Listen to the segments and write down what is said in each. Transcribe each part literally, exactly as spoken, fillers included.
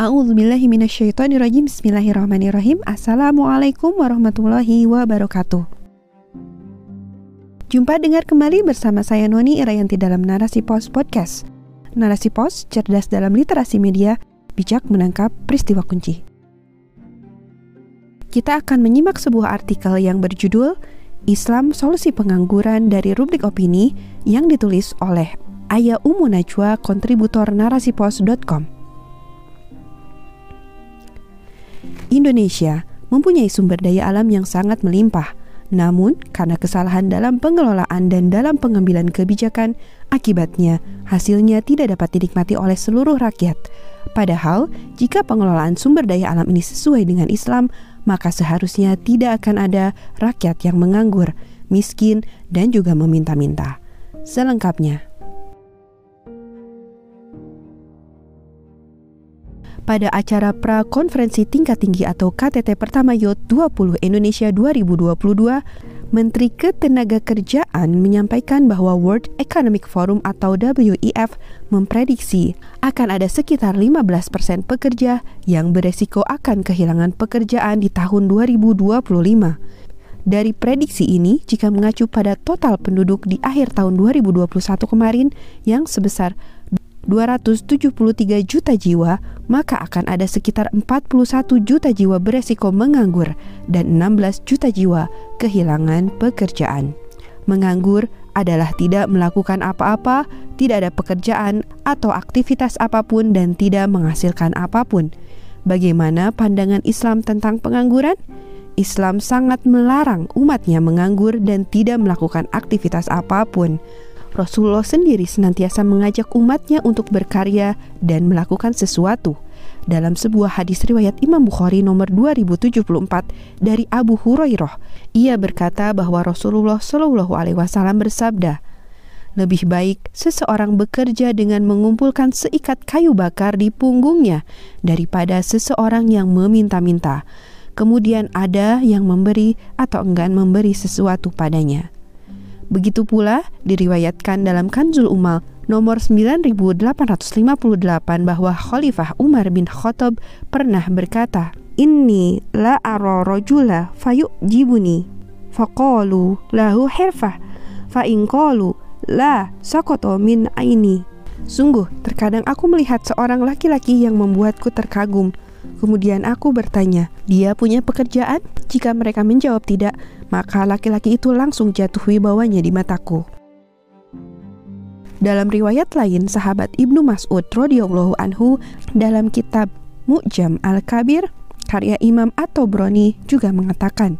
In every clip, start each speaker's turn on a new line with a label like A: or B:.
A: A'udzubillahi minasyaitonirrajim. Bismillahirrahmanirrahim. Assalamualaikum warahmatullahi wabarakatuh. Jumpa dengar kembali bersama saya Noni Irayanti dalam Narasi Pos Podcast. Narasi Pos, cerdas dalam literasi media, bijak menangkap peristiwa kunci. Kita akan menyimak sebuah artikel yang berjudul Islam Solusi Pengangguran dari Rubrik Opini yang ditulis oleh Aya Umu Najwa, kontributor narasipos dot com. Indonesia mempunyai sumber daya alam yang sangat melimpah, namun karena kesalahan dalam pengelolaan dan dalam pengambilan kebijakan, akibatnya hasilnya tidak dapat dinikmati oleh seluruh rakyat. Padahal, jika pengelolaan sumber daya alam ini sesuai dengan Islam, maka seharusnya tidak akan ada rakyat yang menganggur, miskin, dan juga meminta-minta. Selengkapnya. Pada acara pra-konferensi tingkat tinggi atau K T T pertama Y O T dua puluh Indonesia dua ribu dua puluh dua, Menteri Ketenagakerjaan menyampaikan bahwa World Economic Forum atau W E F memprediksi akan ada sekitar lima belas persen pekerja yang beresiko akan kehilangan pekerjaan di tahun dua ribu dua puluh lima. Dari prediksi ini, jika mengacu pada total penduduk di akhir tahun dua ribu dua puluh satu kemarin yang sebesar dua ratus tujuh puluh tiga juta jiwa, maka akan ada sekitar empat puluh satu juta jiwa beresiko menganggur dan enam belas juta jiwa kehilangan pekerjaan. Menganggur adalah tidak melakukan apa-apa, tidak ada pekerjaan atau aktivitas apapun dan tidak menghasilkan apapun. Bagaimana pandangan Islam tentang pengangguran? Islam sangat melarang umatnya menganggur dan tidak melakukan aktivitas apapun. Rasulullah sendiri senantiasa mengajak umatnya untuk berkarya dan melakukan sesuatu. Dalam sebuah hadis riwayat Imam Bukhari nomor dua ribu tujuh puluh empat dari Abu Hurairah, ia berkata bahwa Rasulullah Shallallahu Alaihi Wasallam bersabda, lebih baik seseorang bekerja dengan mengumpulkan seikat kayu bakar di punggungnya daripada seseorang yang meminta-minta, kemudian ada yang memberi atau enggan memberi sesuatu padanya. Begitu pula diriwayatkan dalam Kanzul Umal nomor sembilan ribu delapan ratus lima puluh delapan bahwa Khalifah Umar bin Khattab pernah berkata, Inni la ara rajula fayu'jibuni faqalu lahu hirfah fa in qalu la saqata min aini. Sungguh, terkadang aku melihat seorang laki-laki yang membuatku terkagum. Kemudian aku bertanya, dia punya pekerjaan? Jika mereka menjawab tidak, maka laki-laki itu langsung jatuh wibawanya di mataku. Dalam riwayat lain, sahabat Ibnu Mas'ud radhiyallahu anhu dalam kitab Mu'jam Al-Kabir karya Imam At-Tabrani juga mengatakan,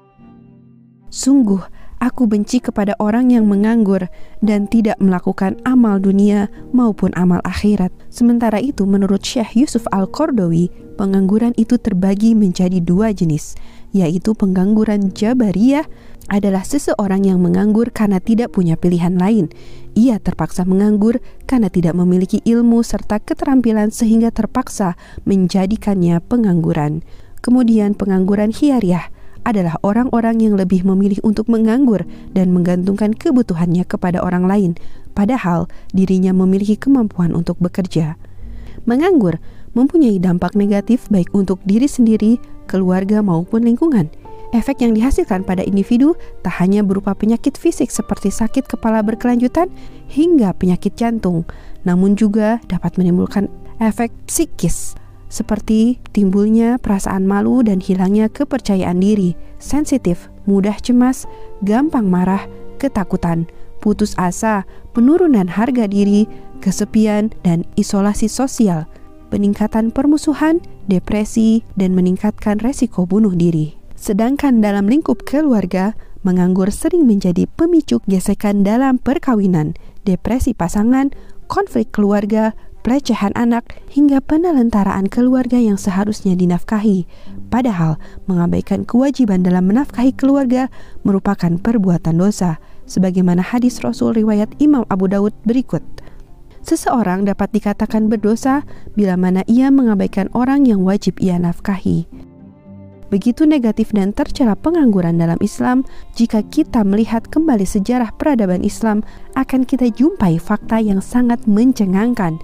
A: sungguh aku benci kepada orang yang menganggur dan tidak melakukan amal dunia maupun amal akhirat. Sementara itu, menurut Syekh Yusuf Al-Qardawi, pengangguran itu terbagi menjadi dua jenis, yaitu pengangguran jabariyah adalah seseorang yang menganggur karena tidak punya pilihan lain. Ia terpaksa menganggur karena tidak memiliki ilmu serta keterampilan sehingga terpaksa menjadikannya pengangguran. Kemudian pengangguran khiyariyah adalah orang-orang yang lebih memilih untuk menganggur dan menggantungkan kebutuhannya kepada orang lain, padahal dirinya memiliki kemampuan untuk bekerja. Menganggur mempunyai dampak negatif baik untuk diri sendiri, keluarga maupun lingkungan. Efek yang dihasilkan pada individu tak hanya berupa penyakit fisik seperti sakit kepala berkelanjutan hingga penyakit jantung, namun juga dapat menimbulkan efek psikis seperti timbulnya perasaan malu dan hilangnya kepercayaan diri, sensitif, mudah cemas, gampang marah, ketakutan, putus asa, penurunan harga diri, kesepian, dan isolasi sosial, peningkatan permusuhan, depresi, dan meningkatkan resiko bunuh diri. Sedangkan dalam lingkup keluarga, menganggur sering menjadi pemicu gesekan dalam perkawinan, depresi pasangan, konflik keluarga, pelecehan anak, hingga penelantaraan keluarga yang seharusnya dinafkahi. Padahal, mengabaikan kewajiban dalam menafkahi keluarga merupakan perbuatan dosa, sebagaimana hadis Rasul riwayat Imam Abu Daud berikut. Seseorang dapat dikatakan berdosa bila mana ia mengabaikan orang yang wajib ia nafkahi. Begitu negatif dan tercela pengangguran dalam Islam, jika kita melihat kembali sejarah peradaban Islam, akan kita jumpai fakta yang sangat mencengangkan.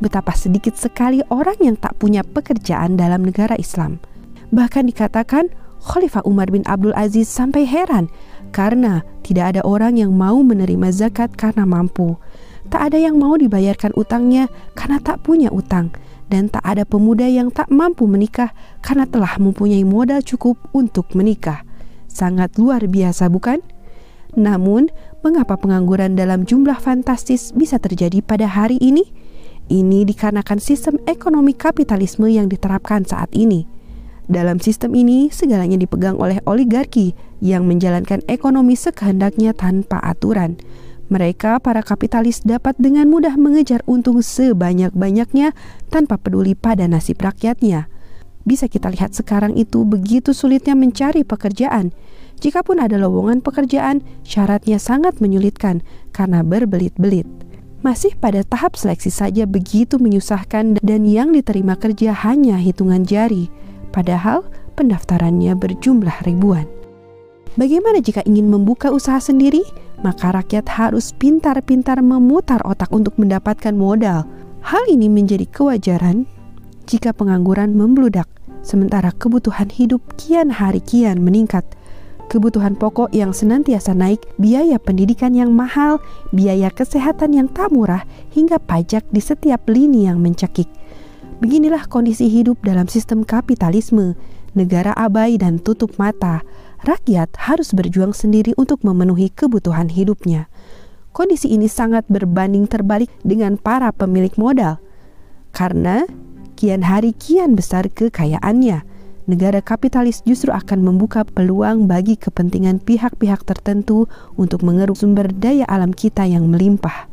A: betapa sedikit sekali orang yang tak punya pekerjaan dalam negara Islam. Bahkan dikatakan Khalifah Umar bin Abdul Aziz sampai heran karena tidak ada orang yang mau menerima zakat karena mampu. Tak ada yang mau dibayarkan utangnya karena tak punya utang. Dan tak ada pemuda yang tak mampu menikah karena telah mempunyai modal cukup untuk menikah. Sangat luar biasa, bukan? Namun, mengapa pengangguran dalam jumlah fantastis bisa terjadi pada hari ini? Ini dikarenakan sistem ekonomi kapitalisme yang diterapkan saat ini. Dalam sistem ini, segalanya dipegang oleh oligarki yang menjalankan ekonomi sekehendaknya tanpa aturan. Mereka, para kapitalis, dapat dengan mudah mengejar untung sebanyak-banyaknya tanpa peduli pada nasib rakyatnya. Bisa kita lihat sekarang itu begitu sulitnya mencari pekerjaan. Jikapun ada lowongan pekerjaan, syaratnya sangat menyulitkan karena berbelit-belit. Masih pada tahap seleksi saja begitu menyusahkan dan yang diterima kerja hanya hitungan jari. Padahal pendaftarannya berjumlah ribuan. Bagaimana jika ingin membuka usaha sendiri? Maka rakyat harus pintar-pintar memutar otak untuk mendapatkan modal. Hal ini menjadi kewajaran jika pengangguran membludak, sementara kebutuhan hidup kian hari kian meningkat. Kebutuhan pokok yang senantiasa naik, biaya pendidikan yang mahal, biaya kesehatan yang tak murah, hingga pajak di setiap lini yang mencekik. Beginilah kondisi hidup dalam sistem kapitalisme. Negara abai dan tutup mata. Rakyat harus berjuang sendiri untuk memenuhi kebutuhan hidupnya. Kondisi ini sangat berbanding terbalik dengan para pemilik modal. Karena kian hari kian besar kekayaannya, negara kapitalis justru akan membuka peluang bagi kepentingan pihak-pihak tertentu untuk mengeruk sumber daya alam kita yang melimpah.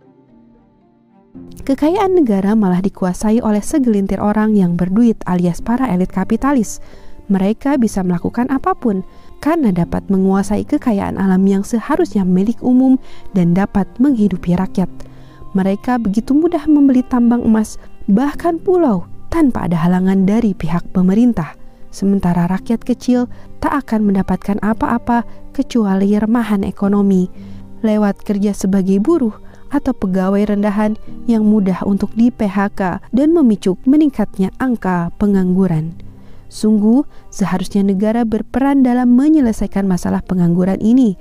A: Kekayaan negara malah dikuasai oleh segelintir orang yang berduit alias para elit kapitalis. Mereka bisa melakukan apapun karena dapat menguasai kekayaan alam yang seharusnya milik umum dan dapat menghidupi rakyat. Mereka begitu mudah membeli tambang emas, bahkan pulau, tanpa ada halangan dari pihak pemerintah. Sementara rakyat kecil tak akan mendapatkan apa-apa kecuali remahan ekonomi, lewat kerja sebagai buruh atau pegawai rendahan yang mudah untuk di P H K dan memicu meningkatnya angka pengangguran. Sungguh, seharusnya negara berperan dalam menyelesaikan masalah pengangguran ini.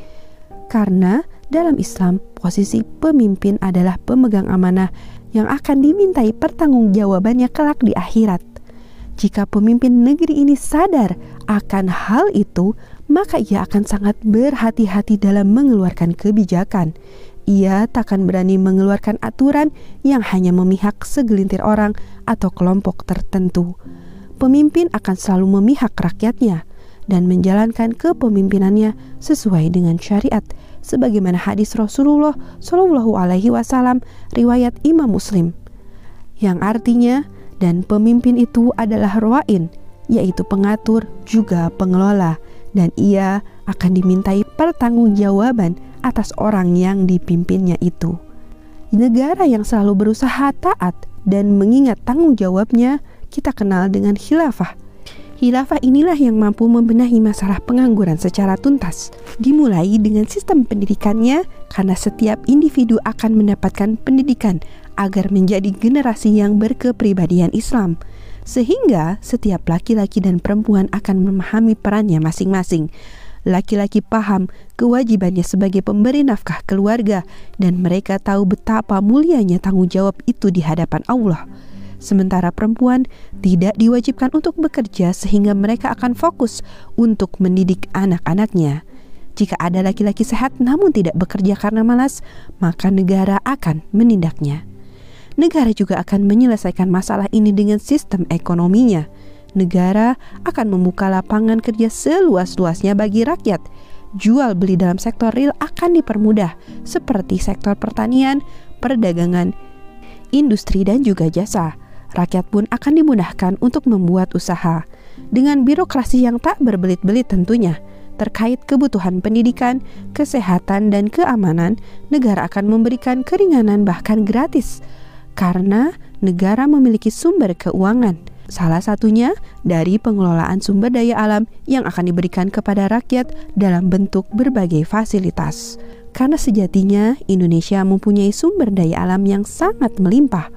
A: Karena dalam Islam, posisi pemimpin adalah pemegang amanah yang akan dimintai pertanggungjawabannya kelak di akhirat. Jika pemimpin negeri ini sadar akan hal itu, maka ia akan sangat berhati-hati dalam mengeluarkan kebijakan. Ia tak akan berani mengeluarkan aturan yang hanya memihak segelintir orang atau kelompok tertentu. Pemimpin akan selalu memihak rakyatnya dan menjalankan kepemimpinannya sesuai dengan syariat, sebagaimana hadis Rasulullah Shallallahu Alaihi Wasallam riwayat Imam Muslim, yang artinya dan pemimpin itu adalah rawain, yaitu pengatur juga pengelola, dan ia akan dimintai pertanggungjawaban atas orang yang dipimpinnya itu. Negara yang selalu berusaha taat dan mengingat tanggung jawabnya kita kenal dengan khilafah. Khilafah inilah yang mampu membenahi masalah pengangguran secara tuntas. Dimulai dengan sistem pendidikannya, karena setiap individu akan mendapatkan pendidikan agar menjadi generasi yang berkepribadian Islam. Sehingga setiap laki-laki dan perempuan akan memahami perannya masing-masing. Laki-laki paham kewajibannya sebagai pemberi nafkah keluarga dan mereka tahu betapa mulianya tanggung jawab itu di hadapan Allah. Sementara perempuan tidak diwajibkan untuk bekerja sehingga mereka akan fokus untuk mendidik anak-anaknya. Jika ada laki-laki sehat namun tidak bekerja karena malas, maka negara akan menindaknya. Negara juga akan menyelesaikan masalah ini dengan sistem ekonominya. Negara akan membuka lapangan kerja seluas-luasnya bagi rakyat. Jual beli dalam sektor real akan dipermudah, seperti sektor pertanian, perdagangan, industri dan juga jasa. Rakyat pun akan dimudahkan untuk membuat usaha. Dengan birokrasi yang tak berbelit-belit tentunya, terkait kebutuhan pendidikan, kesehatan, dan keamanan, negara akan memberikan keringanan bahkan gratis. Karena negara memiliki sumber keuangan. Salah satunya dari pengelolaan sumber daya alam yang akan diberikan kepada rakyat dalam bentuk berbagai fasilitas. Karena sejatinya Indonesia mempunyai sumber daya alam yang sangat melimpah.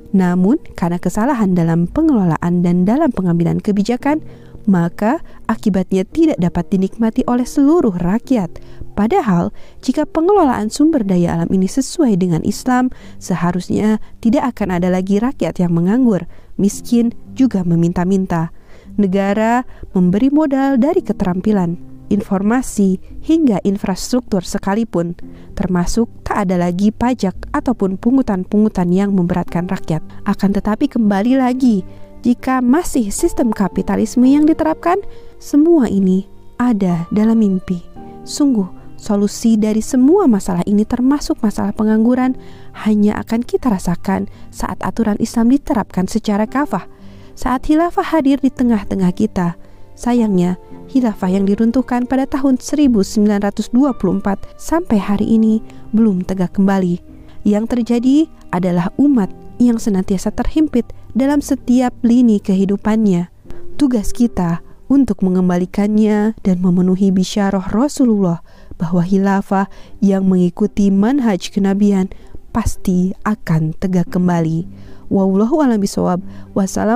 A: Namun, karena kesalahan dalam pengelolaan dan dalam pengambilan kebijakan, maka akibatnya tidak dapat dinikmati oleh seluruh rakyat. Padahal, jika pengelolaan sumber daya alam ini sesuai dengan Islam, seharusnya tidak akan ada lagi rakyat yang menganggur, miskin, juga meminta-minta. Negara memberi modal dari keterampilan, informasi, hingga infrastruktur sekalipun, termasuk tak ada lagi pajak ataupun pungutan-pungutan yang memberatkan rakyat. Akan tetapi kembali lagi, jika masih sistem kapitalisme yang diterapkan, semua ini ada dalam mimpi. Sungguh, solusi dari semua masalah ini termasuk masalah pengangguran hanya akan kita rasakan saat aturan Islam diterapkan secara kafah, saat khilafah hadir di tengah-tengah kita. Sayangnya, khilafah yang diruntuhkan pada tahun seribu sembilan ratus dua puluh empat sampai hari ini belum tegak kembali. Yang terjadi adalah umat yang senantiasa terhimpit dalam setiap lini kehidupannya. Tugas kita untuk mengembalikannya dan memenuhi bisyarah Rasulullah bahwa khilafah yang mengikuti manhaj kenabian pasti akan tegak kembali. Wallahu a'lam bishawab.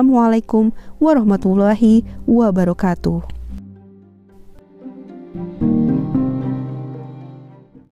A: Wassalamualaikum warahmatullahi wabarakatuh.